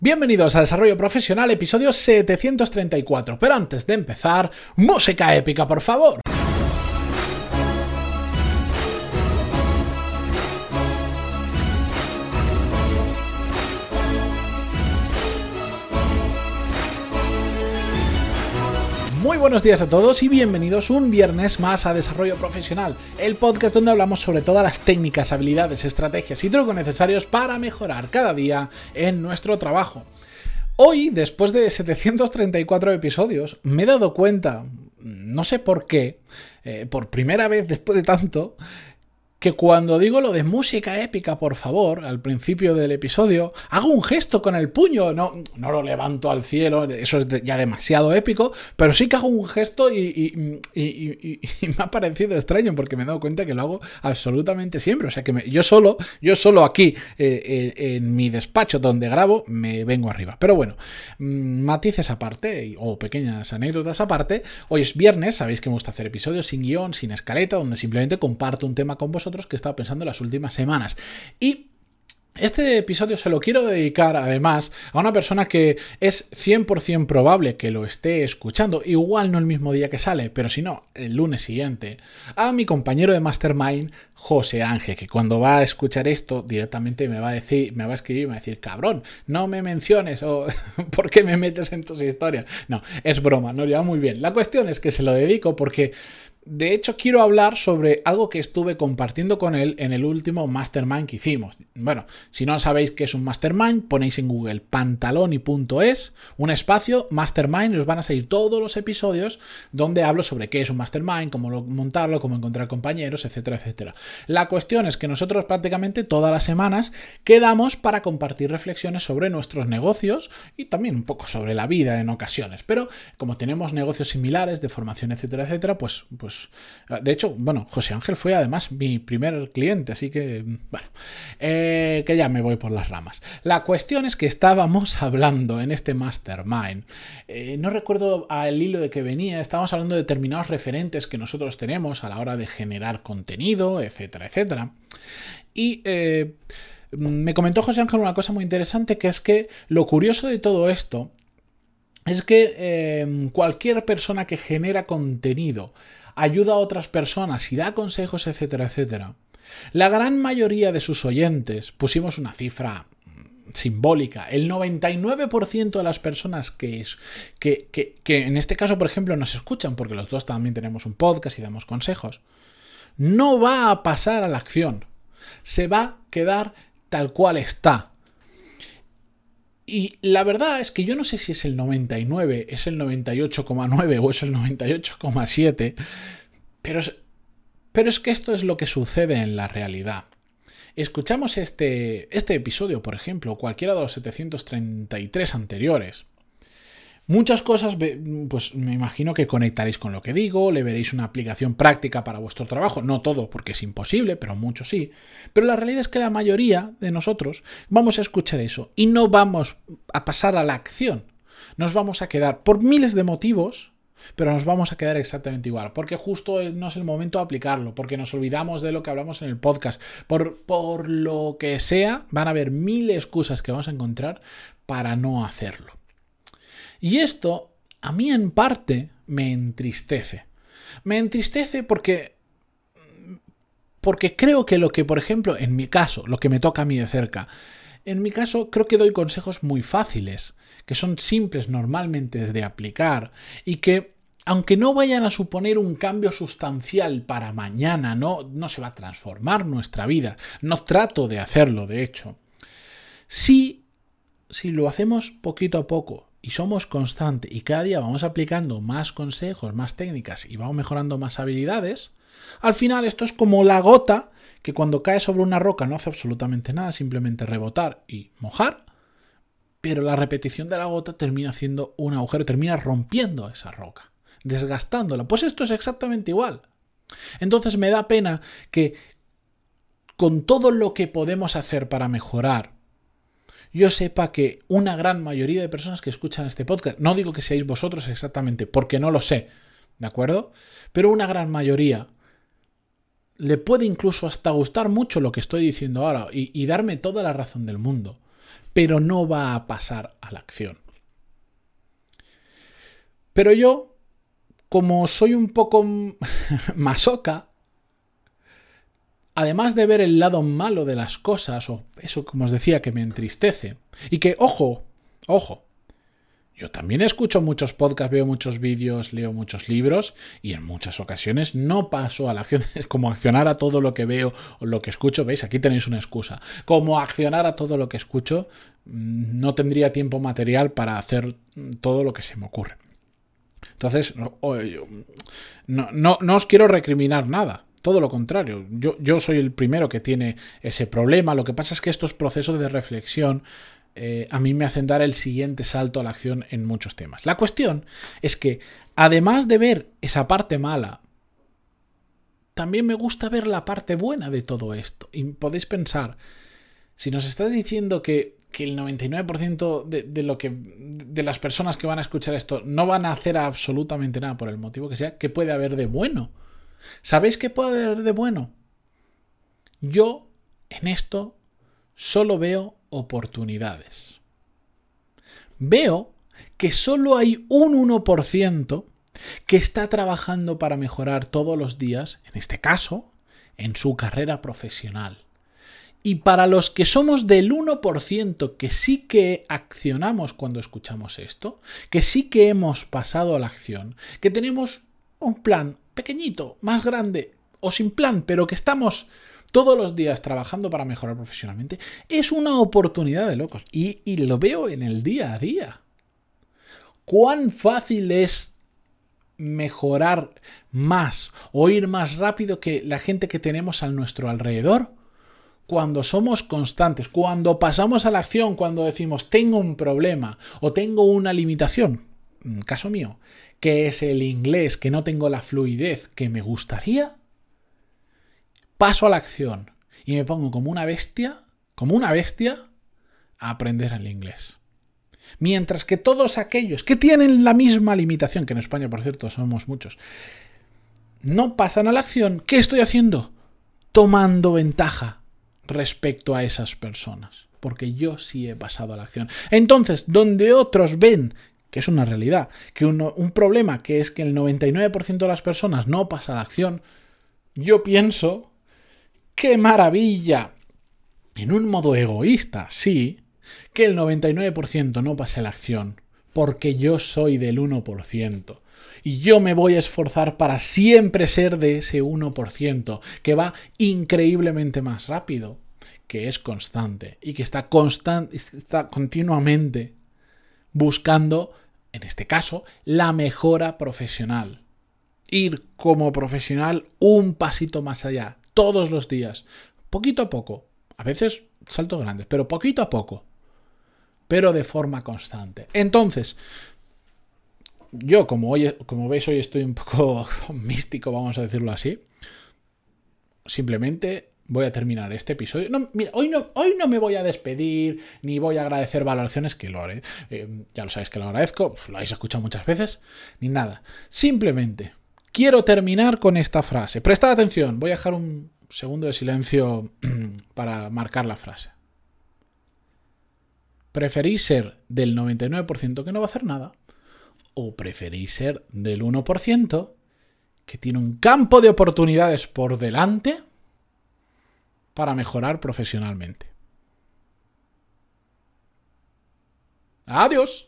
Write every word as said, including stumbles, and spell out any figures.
Bienvenidos a Desarrollo Profesional, episodio setecientos treinta y cuatro. Pero antes de empezar, música épica, por favor. Muy buenos días a todos y bienvenidos un viernes más a Desarrollo Profesional, el podcast donde hablamos sobre todas las técnicas, habilidades, estrategias y trucos necesarios para mejorar cada día en nuestro trabajo. Hoy, después de setecientos treinta y cuatro episodios, me he dado cuenta, no sé por qué, eh, por primera vez después de tanto, que cuando digo lo de música épica, por favor, al principio del episodio, hago un gesto con el puño, no, no lo levanto al cielo, eso es ya demasiado épico, pero sí que hago un gesto y, y, y, y, y me ha parecido extraño porque me he dado cuenta que lo hago absolutamente siempre, o sea que me, yo solo, yo solo aquí, eh, en, en mi despacho donde grabo, me vengo arriba. Pero bueno, matices aparte, o pequeñas anécdotas aparte, hoy es viernes, sabéis que me gusta hacer episodios sin guión, sin escaleta, donde simplemente comparto un tema con vosotros que he estado pensando en las últimas semanas. Y este episodio se lo quiero dedicar además a una persona que es cien por ciento probable que lo esté escuchando, igual no el mismo día que sale, pero si no, el lunes siguiente, a mi compañero de Mastermind, José Ángel, que cuando va a escuchar esto directamente me va a decir, me va a escribir y me va a decir, cabrón, no me menciones o ¿por qué me metes en tus historias? No, es broma, nos lleva muy bien. La cuestión es que se lo dedico porque de hecho, quiero hablar sobre algo que estuve compartiendo con él en el último Mastermind que hicimos. Bueno, si no sabéis qué es un Mastermind, ponéis en Google pantaloni punto es, un espacio, Mastermind, y os van a salir todos los episodios donde hablo sobre qué es un Mastermind, cómo montarlo, cómo encontrar compañeros, etcétera, etcétera. La cuestión es que nosotros prácticamente todas las semanas quedamos para compartir reflexiones sobre nuestros negocios y también un poco sobre la vida en ocasiones. Pero como tenemos negocios similares de formación, etcétera, etcétera, pues... pues de hecho, bueno, José Ángel fue además mi primer cliente, así que, bueno, eh, que ya me voy por las ramas. La cuestión es que estábamos hablando en este Mastermind, eh, no recuerdo al hilo de que venía, estábamos hablando de determinados referentes que nosotros tenemos a la hora de generar contenido, etcétera, etcétera. Y... Eh, me comentó José Ángel una cosa muy interesante, que es que lo curioso de todo esto es que eh, cualquier persona que genera contenido, ayuda a otras personas y da consejos, etcétera, etcétera, la gran mayoría de sus oyentes, pusimos una cifra simbólica, el noventa y nueve por ciento de las personas que, es, que, que, que en este caso, por ejemplo, nos escuchan, porque los dos también tenemos un podcast y damos consejos, no va a pasar a la acción, se va a quedar tal cual está. Y la verdad es que yo no sé si es el noventa y nueve, es el noventa y ocho coma nueve o es el noventa y ocho coma siete, pero es, pero es que esto es lo que sucede en la realidad. Escuchamos este, este episodio, por ejemplo, cualquiera de los setecientos treinta y tres anteriores. Muchas cosas, pues me imagino que conectaréis con lo que digo, le veréis una aplicación práctica para vuestro trabajo, no todo porque es imposible, pero mucho sí. Pero la realidad es que la mayoría de nosotros vamos a escuchar eso y no vamos a pasar a la acción. Nos vamos a quedar por miles de motivos, pero nos vamos a quedar exactamente igual, porque justo no es el momento de aplicarlo, porque nos olvidamos de lo que hablamos en el podcast, por, por lo que sea, van a haber mil excusas que vamos a encontrar para no hacerlo. Y esto, a mí en parte, me entristece. Me entristece porque, porque creo que lo que, por ejemplo, en mi caso, lo que me toca a mí de cerca, en mi caso creo que doy consejos muy fáciles, que son simples normalmente de aplicar y que, aunque no vayan a suponer un cambio sustancial para mañana, no, no se va a transformar nuestra vida, no trato de hacerlo, de hecho, sí, si lo hacemos poquito a poco, y somos constantes y cada día vamos aplicando más consejos, más técnicas y vamos mejorando más habilidades, al final esto es como la gota que cuando cae sobre una roca no hace absolutamente nada, simplemente rebotar y mojar, pero la repetición de la gota termina haciendo un agujero, termina rompiendo esa roca, desgastándola. Pues esto es exactamente igual. Entonces me da pena que con todo lo que podemos hacer para mejorar, yo sepa que una gran mayoría de personas que escuchan este podcast, no digo que seáis vosotros exactamente, porque no lo sé, ¿de acuerdo? Pero una gran mayoría le puede incluso hasta gustar mucho lo que estoy diciendo ahora y, y darme toda la razón del mundo. pero no va a pasar a la acción. Pero yo, como soy un poco masoca, además de ver el lado malo de las cosas, o eso como os decía que me entristece, y que, ojo, ojo, yo también escucho muchos podcasts, veo muchos vídeos, leo muchos libros, y en muchas ocasiones no paso a la acción, es como accionar a todo lo que veo o lo que escucho, ¿veis? Aquí tenéis una excusa. Como accionar a todo lo que escucho, no tendría tiempo material para hacer todo lo que se me ocurre. Entonces, no, no, no, no os quiero recriminar nada. Todo lo contrario, yo, yo soy el primero que tiene ese problema. Lo que pasa es que estos procesos de reflexión eh, a mí me hacen dar el siguiente salto a la acción en muchos temas. La cuestión es que, además de ver esa parte mala, también me gusta ver la parte buena de todo esto. Y podéis pensar, si nos estás diciendo que, que el noventa y nueve por ciento de, de, lo que, de las personas que van a escuchar esto no van a hacer absolutamente nada por el motivo que sea, ¿qué puede haber de bueno? ¿Sabéis qué puede haber de bueno? Yo en esto solo veo oportunidades. Veo que solo hay un uno por ciento que está trabajando para mejorar todos los días, en este caso, en su carrera profesional. Y para los que somos del uno por ciento que sí que accionamos cuando escuchamos esto, que sí que hemos pasado a la acción, que tenemos un plan pequeñito, más grande o sin plan, pero que estamos todos los días trabajando para mejorar profesionalmente, es una oportunidad de locos. Y, y lo veo en el día a día. ¿Cuán fácil es mejorar más o ir más rápido que la gente que tenemos a nuestro alrededor? Cuando somos constantes, cuando pasamos a la acción, cuando decimos tengo un problema o tengo una limitación, en caso mío, que es el inglés, que no tengo la fluidez que me gustaría, paso a la acción y me pongo como una bestia, como una bestia, a aprender el inglés. Mientras que todos aquellos que tienen la misma limitación, que en España, por cierto, somos muchos, no pasan a la acción, ¿qué estoy haciendo? Tomando ventaja respecto a esas personas, porque yo sí he pasado a la acción. Entonces, donde otros ven que es una realidad, que uno, un problema que es que el noventa y nueve por ciento de las personas no pasa a la acción, yo pienso, ¡qué maravilla! En un modo egoísta, sí, que el noventa y nueve por ciento no pase a la acción, porque yo soy del uno por ciento. Y yo me voy a esforzar para siempre ser de ese uno por ciento, que va increíblemente más rápido, que es constante y que está, constan- está continuamente buscando, en este caso, la mejora profesional. Ir como profesional un pasito más allá, todos los días, poquito a poco. A veces saltos grandes, pero poquito a poco. Pero de forma constante. Entonces, yo como, hoy, como veis hoy estoy un poco místico, vamos a decirlo así. Simplemente voy a terminar este episodio. No, mira, hoy no, hoy no me voy a despedir, ni voy a agradecer valoraciones, que lo haré. Eh, ya lo sabéis que lo agradezco, lo habéis escuchado muchas veces, ni nada. Simplemente quiero terminar con esta frase. Prestad atención, voy a dejar un segundo de silencio para marcar la frase. ¿Preferís ser del noventa y nueve por ciento que no va a hacer nada? ¿O preferís ser del uno por ciento que tiene un campo de oportunidades por delante para mejorar profesionalmente? Adiós.